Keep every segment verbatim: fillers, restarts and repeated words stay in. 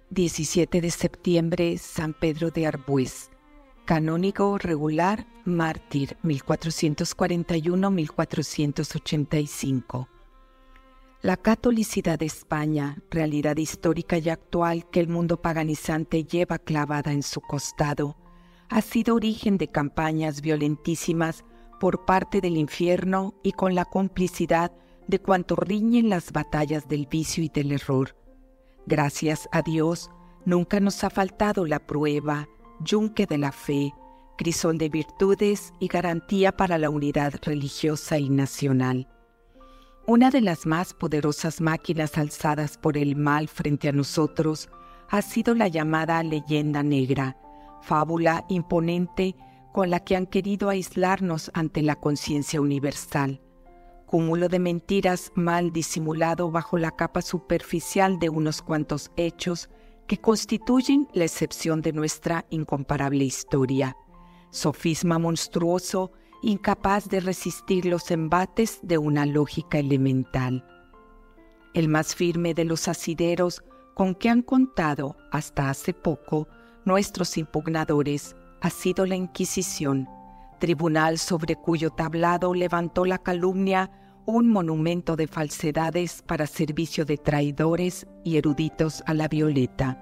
diecisiete de septiembre, San Pedro de Arbués. Canónigo regular, mártir, mil cuatrocientos cuarenta y uno a mil cuatrocientos ochenta y cinco. La catolicidad de España, realidad histórica y actual que el mundo paganizante lleva clavada en su costado, ha sido origen de campañas violentísimas por parte del infierno y con la complicidad de cuanto riñen las batallas del vicio y del error. Gracias a Dios, nunca nos ha faltado la prueba, yunque de la fe, crisol de virtudes y garantía para la unidad religiosa y nacional. Una de las más poderosas máquinas alzadas por el mal frente a nosotros ha sido la llamada leyenda negra, fábula imponente con la que han querido aislarnos ante la conciencia universal. Cúmulo de mentiras mal disimulado bajo la capa superficial de unos cuantos hechos que constituyen la excepción de nuestra incomparable historia. Sofisma monstruoso, incapaz de resistir los embates de una lógica elemental. El más firme de los asideros con que han contado hasta hace poco nuestros impugnadores ha sido la Inquisición, tribunal sobre cuyo tablado levantó la calumnia un monumento de falsedades para servicio de traidores y eruditos a la violeta.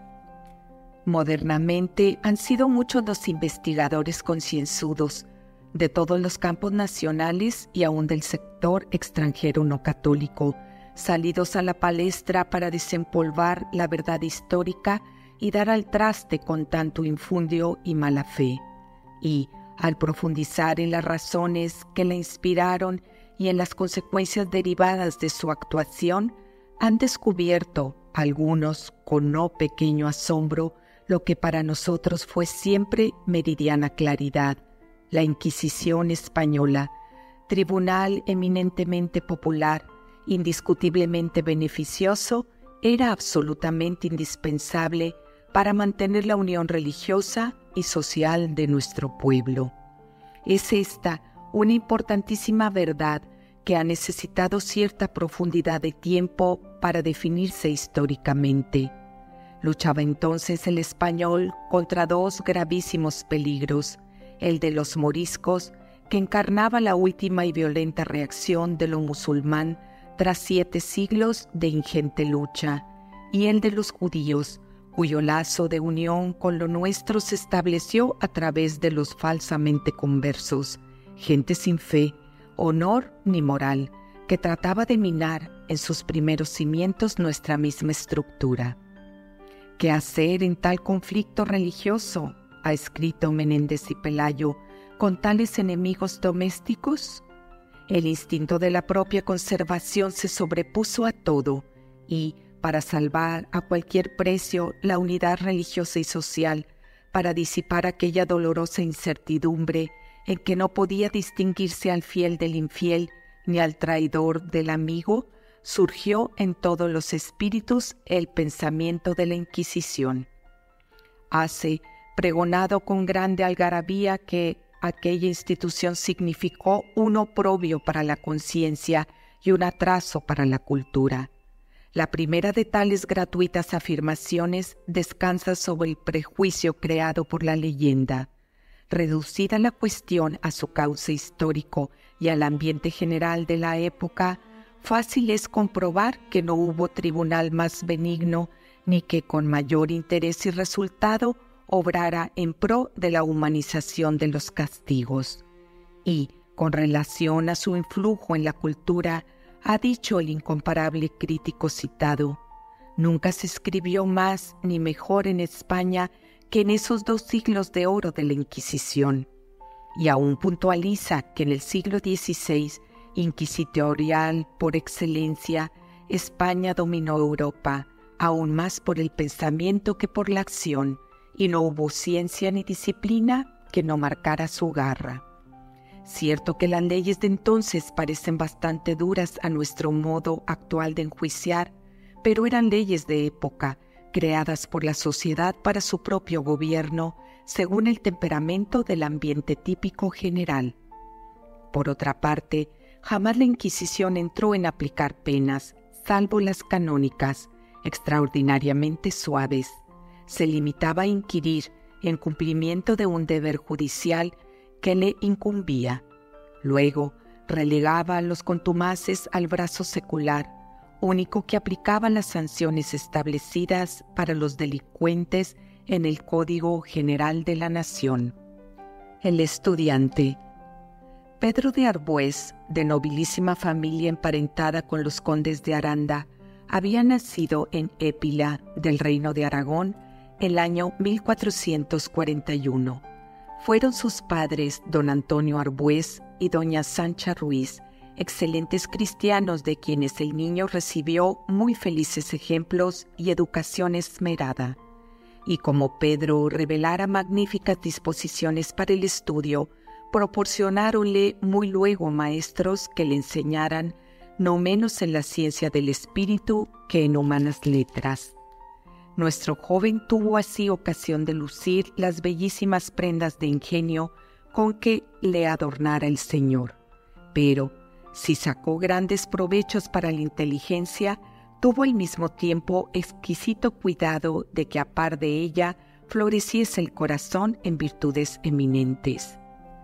Modernamente han sido muchos los investigadores concienzudos de todos los campos nacionales y aún del sector extranjero no católico, salidos a la palestra para desempolvar la verdad histórica y dar al traste con tanto infundio y mala fe. Y, al profundizar en las razones que la inspiraron y en las consecuencias derivadas de su actuación, han descubierto, algunos con no pequeño asombro, lo que para nosotros fue siempre meridiana claridad: la Inquisición española, tribunal eminentemente popular, indiscutiblemente beneficioso, era absolutamente indispensable para mantener la unión religiosa y social de nuestro pueblo. Es esta una importantísima verdad que ha necesitado cierta profundidad de tiempo para definirse históricamente. Luchaba entonces el español contra dos gravísimos peligros: el de los moriscos, que encarnaba la última y violenta reacción de lo musulmán tras siete siglos de ingente lucha, y el de los judíos, cuyo lazo de unión con lo nuestro se estableció a través de los falsamente conversos, gente sin fe, honor ni moral, que trataba de minar en sus primeros cimientos nuestra misma estructura. ¿Qué hacer en tal conflicto religioso?, ha escrito Menéndez y Pelayo, con tales enemigos domésticos. El instinto de la propia conservación se sobrepuso a todo y, para salvar a cualquier precio la unidad religiosa y social, para disipar aquella dolorosa incertidumbre en que no podía distinguirse al fiel del infiel ni al traidor del amigo, surgió en todos los espíritus el pensamiento de la Inquisición. Hace pregonado con grande algarabía que aquella institución significó un oprobio para la conciencia y un atraso para la cultura. La primera de tales gratuitas afirmaciones descansa sobre el prejuicio creado por la leyenda. Reducida la cuestión a su cauce histórico y al ambiente general de la época, fácil es comprobar que no hubo tribunal más benigno ni que con mayor interés y resultado obrara en pro de la humanización de los castigos. Y, con relación a su influjo en la cultura, ha dicho el incomparable crítico citado: nunca se escribió más ni mejor en España que en esos dos siglos de oro de la Inquisición. Y aún puntualiza que en el siglo dieciséis, inquisitorial por excelencia, España dominó Europa, aún más por el pensamiento que por la acción, y no hubo ciencia ni disciplina que no marcara su garra. Cierto que las leyes de entonces parecen bastante duras a nuestro modo actual de enjuiciar, pero eran leyes de época, creadas por la sociedad para su propio gobierno, según el temperamento del ambiente típico general. Por otra parte, jamás la Inquisición entró en aplicar penas, salvo las canónicas, extraordinariamente suaves. se limitaba a inquirir en cumplimiento de un deber judicial que le incumbía. Luego, relegaba a los contumaces al brazo secular, único que aplicaba las sanciones establecidas para los delincuentes en el Código General de la Nación. El estudiante. Pedro de Arbués, de nobilísima familia emparentada con los condes de Aranda, había nacido en Épila, del Reino de Aragón, el año mil cuatrocientos cuarenta y uno. Fueron sus padres don Antonio Arbués y doña Sancha Ruiz, excelentes cristianos de quienes el niño recibió muy felices ejemplos y educación esmerada. Y como Pedro revelara magníficas disposiciones para el estudio, proporcionáronle muy luego maestros que le enseñaran no menos en la ciencia del espíritu que en humanas letras. Nuestro joven tuvo así ocasión de lucir las bellísimas prendas de ingenio con que le adornara el Señor. Pero, si sacó grandes provechos para la inteligencia, tuvo al mismo tiempo exquisito cuidado de que a par de ella floreciese el corazón en virtudes eminentes.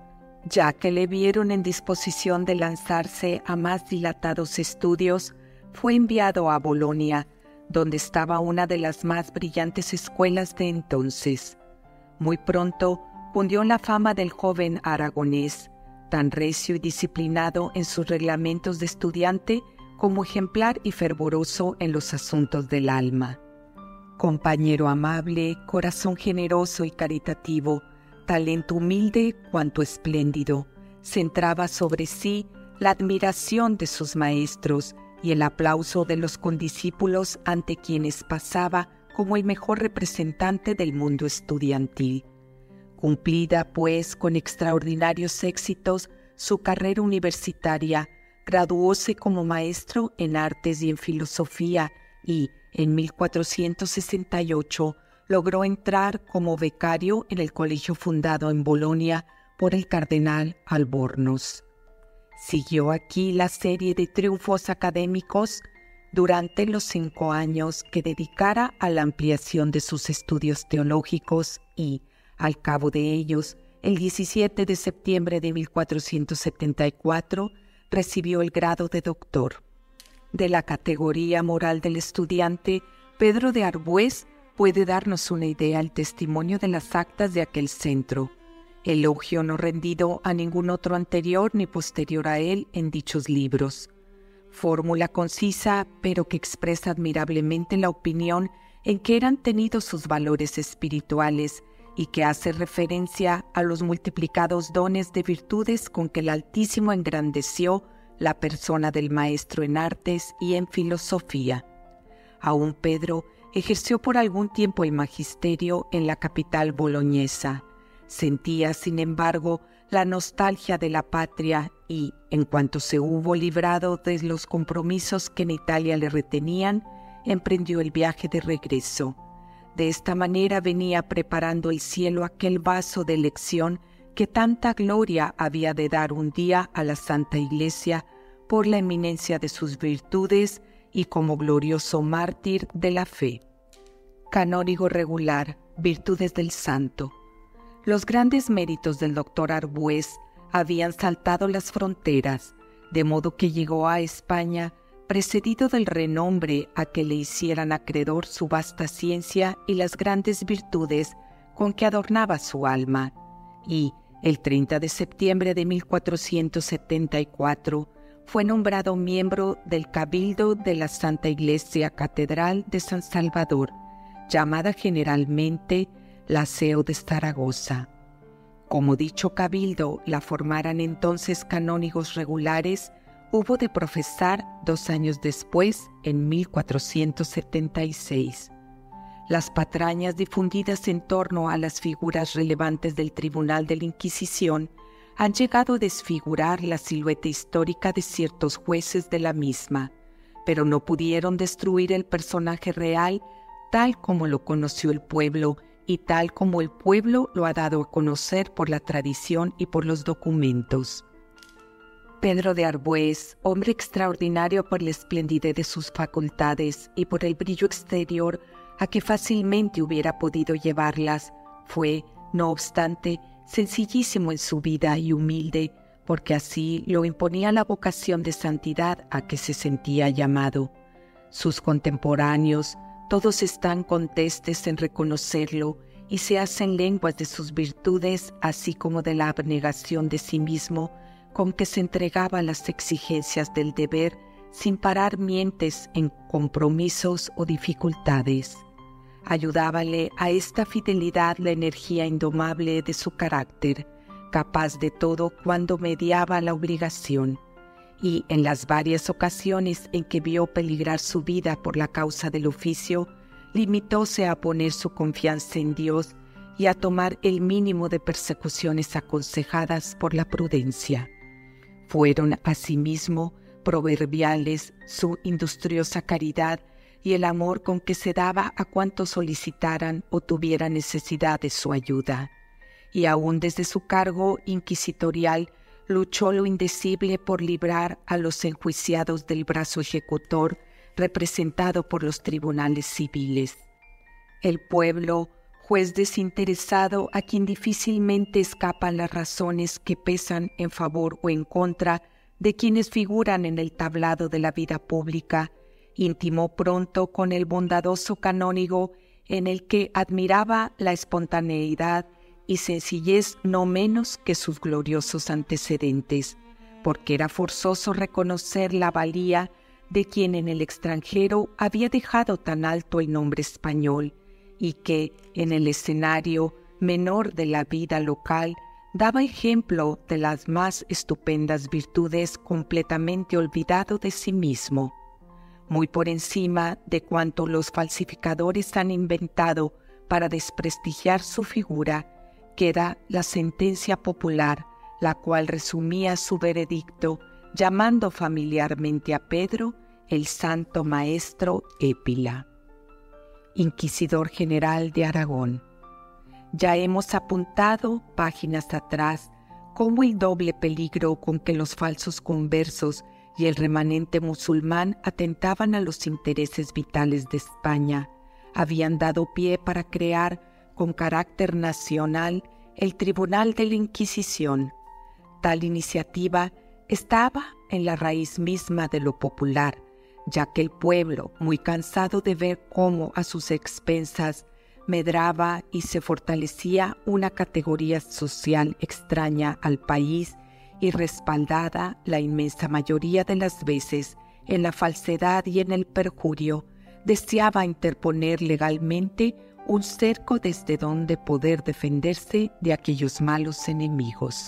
Ya que le vieron en disposición de lanzarse a más dilatados estudios, fue enviado a Bolonia, donde estaba una de las más brillantes escuelas de entonces. Muy pronto cundió la fama del joven aragonés, tan recio y disciplinado en sus reglamentos de estudiante como ejemplar y fervoroso en los asuntos del alma. Compañero amable, corazón generoso y caritativo, talento humilde cuanto espléndido, centraba sobre sí la admiración de sus maestros y el aplauso de los condiscípulos ante quienes pasaba como el mejor representante del mundo estudiantil. Cumplida, pues, con extraordinarios éxitos su carrera universitaria, graduóse como maestro en artes y en filosofía y, en mil cuatrocientos sesenta y ocho, logró entrar como becario en el colegio fundado en Bolonia por el cardenal Albornoz. Siguió aquí la serie de triunfos académicos durante los cinco años que dedicara a la ampliación de sus estudios teológicos y, al cabo de ellos, el diecisiete de septiembre de mil cuatrocientos setenta y cuatro, recibió el grado de doctor. De la categoría moral del estudiante, Pedro de Arbués puede darnos una idea al testimonio de las actas de aquel centro, elogio no rendido a ningún otro anterior ni posterior a él en dichos libros. Fórmula concisa, pero que expresa admirablemente la opinión en que eran tenidos sus valores espirituales y que hace referencia a los multiplicados dones de virtudes con que el Altísimo engrandeció la persona del maestro en artes y en filosofía. Aún Pedro ejerció por algún tiempo el magisterio en la capital boloñesa. Sentía, sin embargo, la nostalgia de la patria y, en cuanto se hubo librado de los compromisos que en Italia le retenían, emprendió el viaje de regreso. De esta manera venía preparando el cielo aquel vaso de elección que tanta gloria había de dar un día a la Santa Iglesia por la eminencia de sus virtudes y como glorioso mártir de la fe. Canónigo regular, virtudes del santo. Los grandes méritos del doctor Arbués habían saltado las fronteras, de modo que llegó a España precedido del renombre a que le hicieran acreedor su vasta ciencia y las grandes virtudes con que adornaba su alma, y el treinta de septiembre de mil cuatrocientos setenta y cuatro fue nombrado miembro del Cabildo de la Santa Iglesia Catedral de San Salvador, llamada generalmente la S E O de Zaragoza. Como dicho cabildo la formaran entonces canónigos regulares, hubo de profesar dos años después, en mil cuatrocientos setenta y seis. Las patrañas difundidas en torno a las figuras relevantes del Tribunal de la Inquisición han llegado a desfigurar la silueta histórica de ciertos jueces de la misma, pero no pudieron destruir el personaje real tal como lo conoció el pueblo y tal como el pueblo lo ha dado a conocer por la tradición y por los documentos. Pedro de Arbués, hombre extraordinario por la esplendidez de sus facultades y por el brillo exterior a que fácilmente hubiera podido llevarlas. Fue, no obstante, sencillísimo en su vida y humilde, porque así lo imponía la vocación de santidad a que se sentía llamado. Sus contemporáneos, todos están contestes en reconocerlo y se hacen lenguas de sus virtudes, así como de la abnegación de sí mismo, con que se entregaba a las exigencias del deber, sin parar mientes en compromisos o dificultades. Ayudábale a esta fidelidad la energía indomable de su carácter, capaz de todo cuando mediaba la obligación, y en las varias ocasiones en que vio peligrar su vida por la causa del oficio, limitóse a poner su confianza en Dios y a tomar el mínimo de persecuciones aconsejadas por la prudencia. Fueron asimismo proverbiales su industriosa caridad y el amor con que se daba a cuantos solicitaran o tuvieran necesidad de su ayuda. Y aún desde su cargo inquisitorial luchó lo indecible por librar a los enjuiciados del brazo ejecutor representado por los tribunales civiles. El pueblo, juez desinteresado a quien difícilmente escapan las razones que pesan en favor o en contra de quienes figuran en el tablado de la vida pública, intimó pronto con el bondadoso canónigo en el que admiraba la espontaneidad y sencillez no menos que sus gloriosos antecedentes, porque era forzoso reconocer la valía de quien en el extranjero había dejado tan alto el nombre español y que, en el escenario menor de la vida local, daba ejemplo de las más estupendas virtudes completamente olvidado de sí mismo. Muy por encima de cuanto los falsificadores han inventado para desprestigiar su figura, queda la sentencia popular, la cual resumía su veredicto llamando familiarmente a Pedro el Santo Maestro Épila. Inquisidor General de Aragón. Ya hemos apuntado, páginas atrás, cómo el doble peligro con que los falsos conversos y el remanente musulmán atentaban a los intereses vitales de España habían dado pie para crear, con carácter nacional, el Tribunal de la Inquisición. Tal iniciativa estaba en la raíz misma de lo popular, ya que el pueblo, muy cansado de ver cómo a sus expensas medraba y se fortalecía una categoría social extraña al país y respaldada la inmensa mayoría de las veces en la falsedad y en el perjurio, deseaba interponer legalmente un cerco desde donde poder defenderse de aquellos malos enemigos.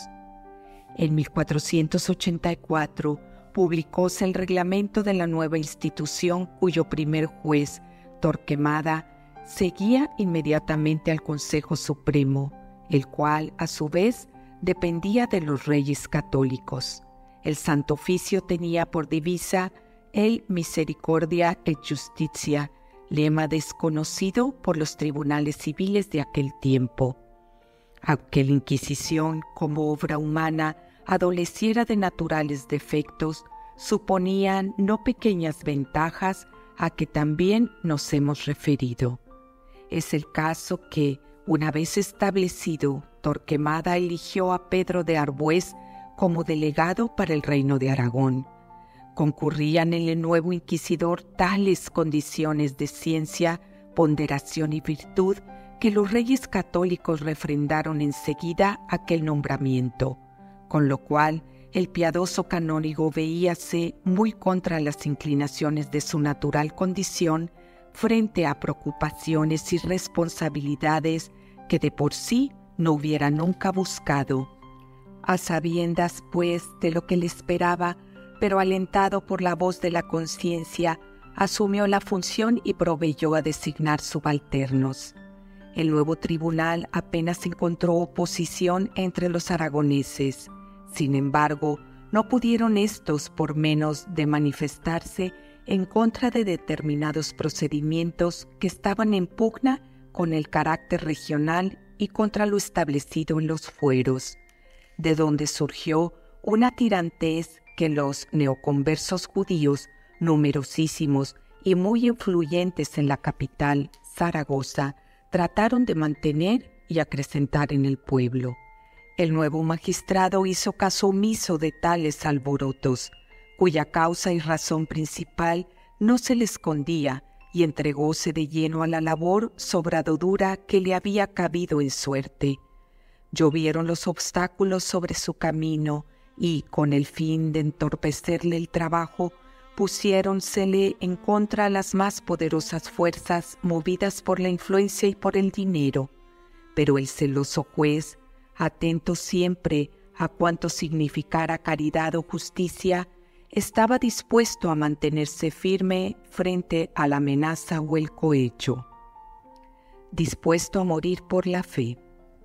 En mil cuatrocientos ochenta y cuatro publicóse el reglamento de la nueva institución cuyo primer juez, Torquemada, seguía inmediatamente al Consejo Supremo, el cual, a su vez, dependía de los reyes católicos. El Santo Oficio tenía por divisa el Misericordia et Justitia, lema desconocido por los tribunales civiles de aquel tiempo. Aunque la Inquisición, como obra humana, adoleciera de naturales defectos, suponían no pequeñas ventajas a que también nos hemos referido. Es el caso que, una vez establecido, Torquemada eligió a Pedro de Arbués como delegado para el reino de Aragón. Concurrían en el nuevo inquisidor tales condiciones de ciencia, ponderación y virtud que los reyes católicos refrendaron enseguida aquel nombramiento, con lo cual el piadoso canónigo veíase muy contra las inclinaciones de su natural condición frente a preocupaciones y responsabilidades que de por sí no hubiera nunca buscado. A sabiendas, pues, de lo que le esperaba, pero alentado por la voz de la conciencia, asumió la función y proveyó a designar subalternos. El nuevo tribunal apenas encontró oposición entre los aragoneses. Sin embargo, no pudieron éstos por menos de manifestarse en contra de determinados procedimientos que estaban en pugna con el carácter regional y contra lo establecido en los fueros, de donde surgió una tirantez que los neoconversos judíos, numerosísimos y muy influyentes en la capital, Zaragoza, trataron de mantener y acrecentar en el pueblo. El nuevo magistrado hizo caso omiso de tales alborotos, cuya causa y razón principal no se le escondía, y entregóse de lleno a la labor sobradodura que le había cabido en suerte. Llovieron los obstáculos sobre su camino, y, con el fin de entorpecerle el trabajo, pusiéronsele en contra las más poderosas fuerzas movidas por la influencia y por el dinero. Pero el celoso juez, atento siempre a cuanto significara caridad o justicia, estaba dispuesto a mantenerse firme frente a la amenaza o el cohecho. Dispuesto a morir por la fe.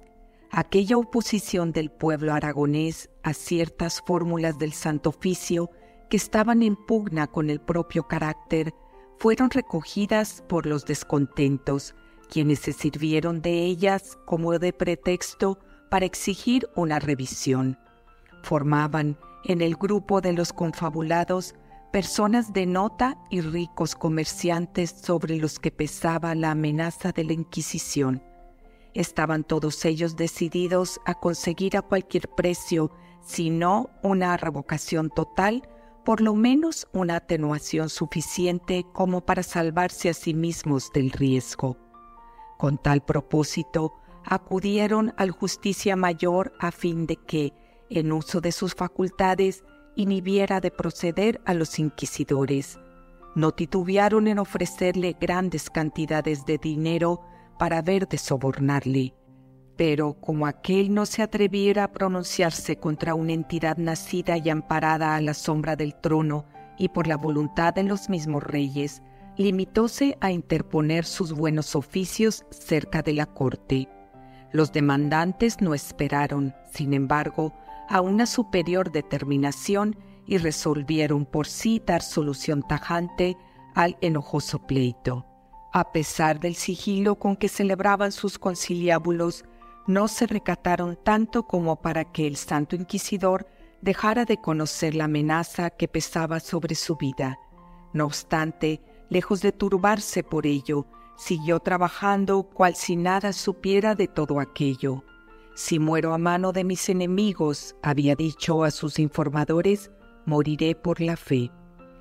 Aquella oposición del pueblo aragonés a ciertas fórmulas del Santo Oficio que estaban en pugna con el propio carácter fueron recogidas por los descontentos, quienes se sirvieron de ellas como de pretexto para exigir una revisión. Formaban en el grupo de los confabulados personas de nota y ricos comerciantes sobre los que pesaba la amenaza de la Inquisición. Estaban todos ellos decididos a conseguir a cualquier precio, si no una revocación total, por lo menos una atenuación suficiente como para salvarse a sí mismos del riesgo. Con tal propósito, acudieron al Justicia Mayor a fin de que, en uso de sus facultades, inhibiera de proceder a los inquisidores. No titubearon en ofrecerle grandes cantidades de dinero para ver de sobornarle, pero como aquél no se atreviera a pronunciarse contra una entidad nacida y amparada a la sombra del trono y por la voluntad de los mismos reyes, limitóse a interponer sus buenos oficios cerca de la corte. Los demandantes no esperaron, sin embargo, a una superior determinación y resolvieron por sí dar solución tajante al enojoso pleito. A pesar del sigilo con que celebraban sus conciliábulos, no se recataron tanto como para que el Santo Inquisidor dejara de conocer la amenaza que pesaba sobre su vida. No obstante, lejos de turbarse por ello, siguió trabajando cual si nada supiera de todo aquello. «Si muero a mano de mis enemigos», había dicho a sus informadores, «moriré por la fe».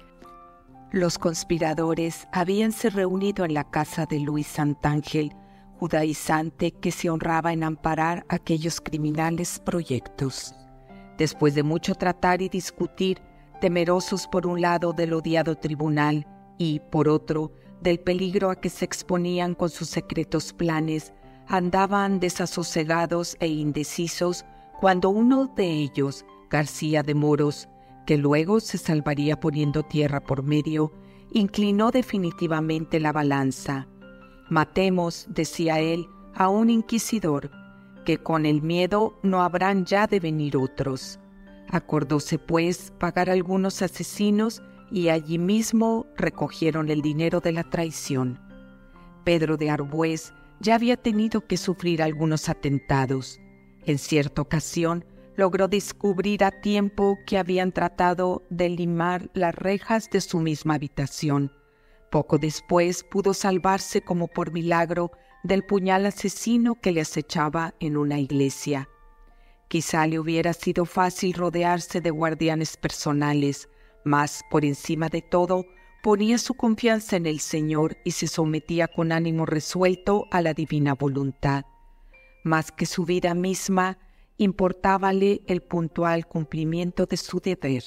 Los conspiradores habíanse reunido en la casa de Luis Santángel, judaizante que se honraba en amparar aquellos criminales proyectos. Después de mucho tratar y discutir, temerosos por un lado del odiado tribunal y, por otro, del peligro a que se exponían con sus secretos planes, andaban desasosegados e indecisos cuando uno de ellos, García de Moros, que luego se salvaría poniendo tierra por medio, inclinó definitivamente la balanza. «Matemos», decía él, «a un inquisidor, que con el miedo no habrán ya de venir otros». Acordóse, pues, pagar algunos asesinos y allí mismo recogieron el dinero de la traición. Pedro de Arbués ya había tenido que sufrir algunos atentados. En cierta ocasión logró descubrir a tiempo que habían tratado de limar las rejas de su misma habitación. Poco después pudo salvarse como por milagro del puñal asesino que le acechaba en una iglesia. Quizá le hubiera sido fácil rodearse de guardianes personales, mas por encima de todo ponía su confianza en el Señor y se sometía con ánimo resuelto a la divina voluntad. Más que su vida misma, importábale el puntual cumplimiento de su deber.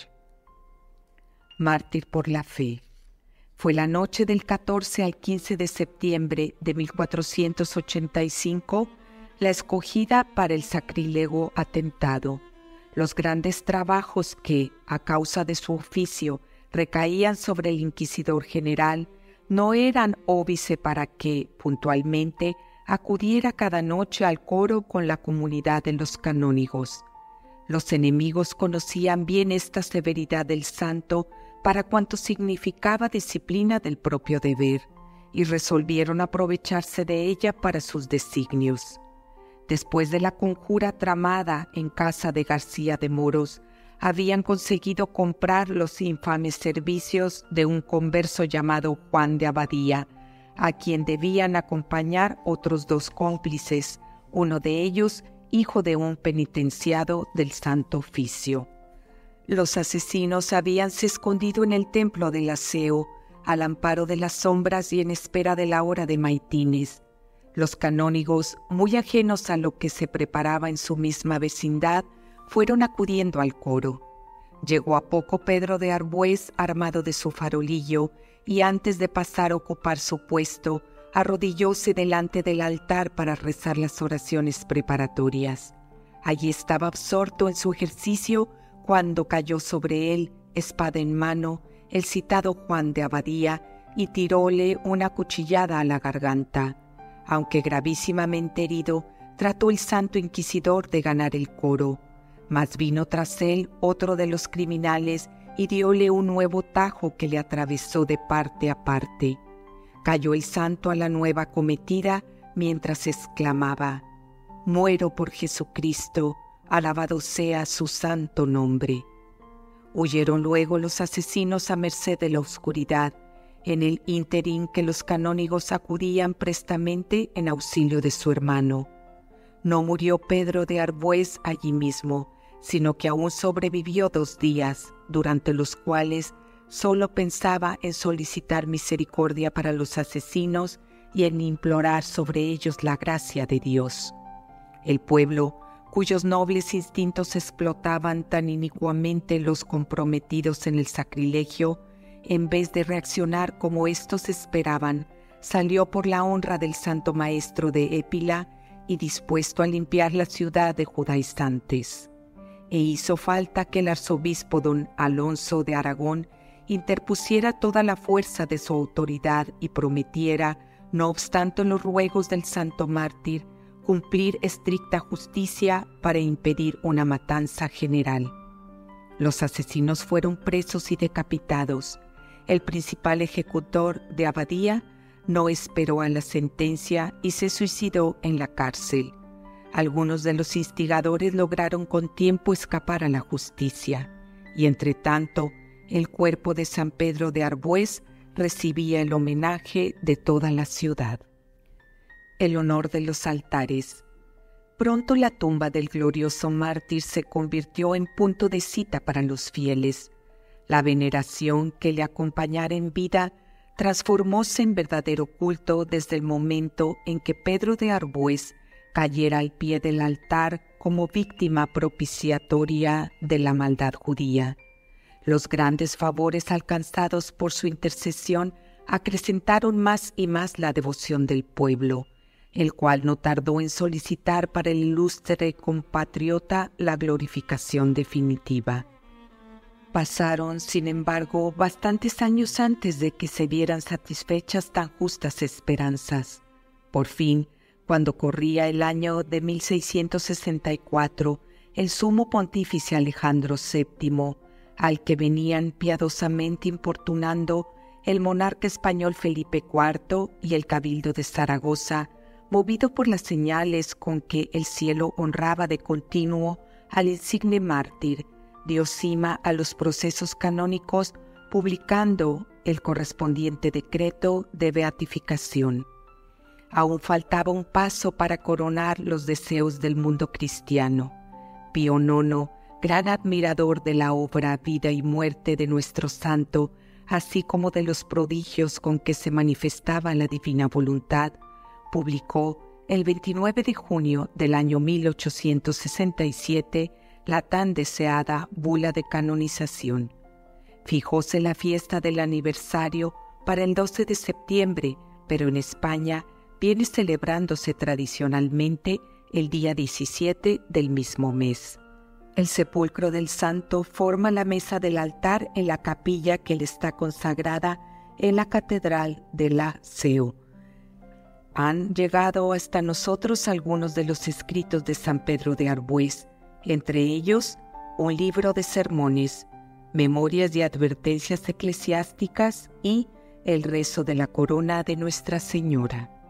Mártir por la fe. Fue la noche del catorce al quince de septiembre de mil cuatrocientos ochenta y cinco la escogida para el sacrílego atentado. Los grandes trabajos que, a causa de su oficio, recaían sobre el inquisidor general, no eran óbice para que, puntualmente, acudiera cada noche al coro con la comunidad de los canónigos. Los enemigos conocían bien esta severidad del santo para cuanto significaba disciplina del propio deber, y resolvieron aprovecharse de ella para sus designios. Después de la conjura tramada en casa de García de Moros, habían conseguido comprar los infames servicios de un converso llamado Juan de Abadía, a quien debían acompañar otros dos cómplices, uno de ellos hijo de un penitenciado del Santo Oficio. Los asesinos habíanse escondido en el templo del aseo, al amparo de las sombras y en espera de la hora de maitines. Los canónigos, muy ajenos a lo que se preparaba en su misma vecindad, fueron acudiendo al coro. Llegó a poco Pedro de Arbués armado de su farolillo, y antes de pasar a ocupar su puesto, arrodillóse delante del altar para rezar las oraciones preparatorias. Allí estaba absorto en su ejercicio cuando cayó sobre él, espada en mano, el citado Juan de Abadía y tiróle una cuchillada a la garganta. Aunque gravísimamente herido, trató el santo inquisidor de ganar el coro, mas vino tras él otro de los criminales y dióle un nuevo tajo que le atravesó de parte a parte. Cayó el santo a la nueva acometida mientras exclamaba: «Muero por Jesucristo, alabado sea su santo nombre». Huyeron luego los asesinos a merced de la oscuridad, en el ínterin que los canónigos acudían prestamente en auxilio de su hermano. No murió Pedro de Arbués allí mismo, sino que aún sobrevivió dos días, durante los cuales solo pensaba en solicitar misericordia para los asesinos y en implorar sobre ellos la gracia de Dios. El pueblo, cuyos nobles instintos explotaban tan inicuamente los comprometidos en el sacrilegio, en vez de reaccionar como éstos esperaban, salió por la honra del santo maestro de Épila y dispuesto a limpiar la ciudad de judaizantes. E hizo falta que el arzobispo don Alonso de Aragón interpusiera toda la fuerza de su autoridad y prometiera, no obstante los ruegos del santo mártir, cumplir estricta justicia para impedir una matanza general. Los asesinos fueron presos y decapitados. El principal ejecutor de Abadía no esperó a la sentencia y se suicidó en la cárcel. Algunos de los instigadores lograron con tiempo escapar a la justicia, y entre tanto, el cuerpo de San Pedro de Arbués recibía el homenaje de toda la ciudad. El honor de los altares. Pronto la tumba del glorioso mártir se convirtió en punto de cita para los fieles. La veneración que le acompañara en vida transformóse en verdadero culto desde el momento en que Pedro de Arbués cayera al pie del altar como víctima propiciatoria de la maldad judía. Los grandes favores alcanzados por su intercesión acrecentaron más y más la devoción del pueblo, el cual no tardó en solicitar para el ilustre compatriota la glorificación definitiva. Pasaron, sin embargo, bastantes años antes de que se vieran satisfechas tan justas esperanzas. Por fin, cuando corría el año de mil seiscientos sesenta y cuatro, el sumo pontífice Alejandro séptimo, al que venían piadosamente importunando el monarca español Felipe cuarto y el cabildo de Zaragoza, movido por las señales con que el cielo honraba de continuo al insigne mártir, dio cima a los procesos canónicos publicando el correspondiente decreto de beatificación. Aún faltaba un paso para coronar los deseos del mundo cristiano. Pío nono, gran admirador de la obra, vida y muerte de nuestro santo, así como de los prodigios con que se manifestaba la divina voluntad, publicó el veintinueve de junio del año mil ochocientos sesenta y siete la tan deseada bula de canonización. Fijóse la fiesta del aniversario para el doce de septiembre, pero en España viene celebrándose tradicionalmente el día diecisiete del mismo mes. El sepulcro del santo forma la mesa del altar en la capilla que le está consagrada en la Catedral de la C E U. Han llegado hasta nosotros algunos de los escritos de San Pedro de Arbués, entre ellos un libro de sermones, memorias y advertencias eclesiásticas y el rezo de la corona de Nuestra Señora.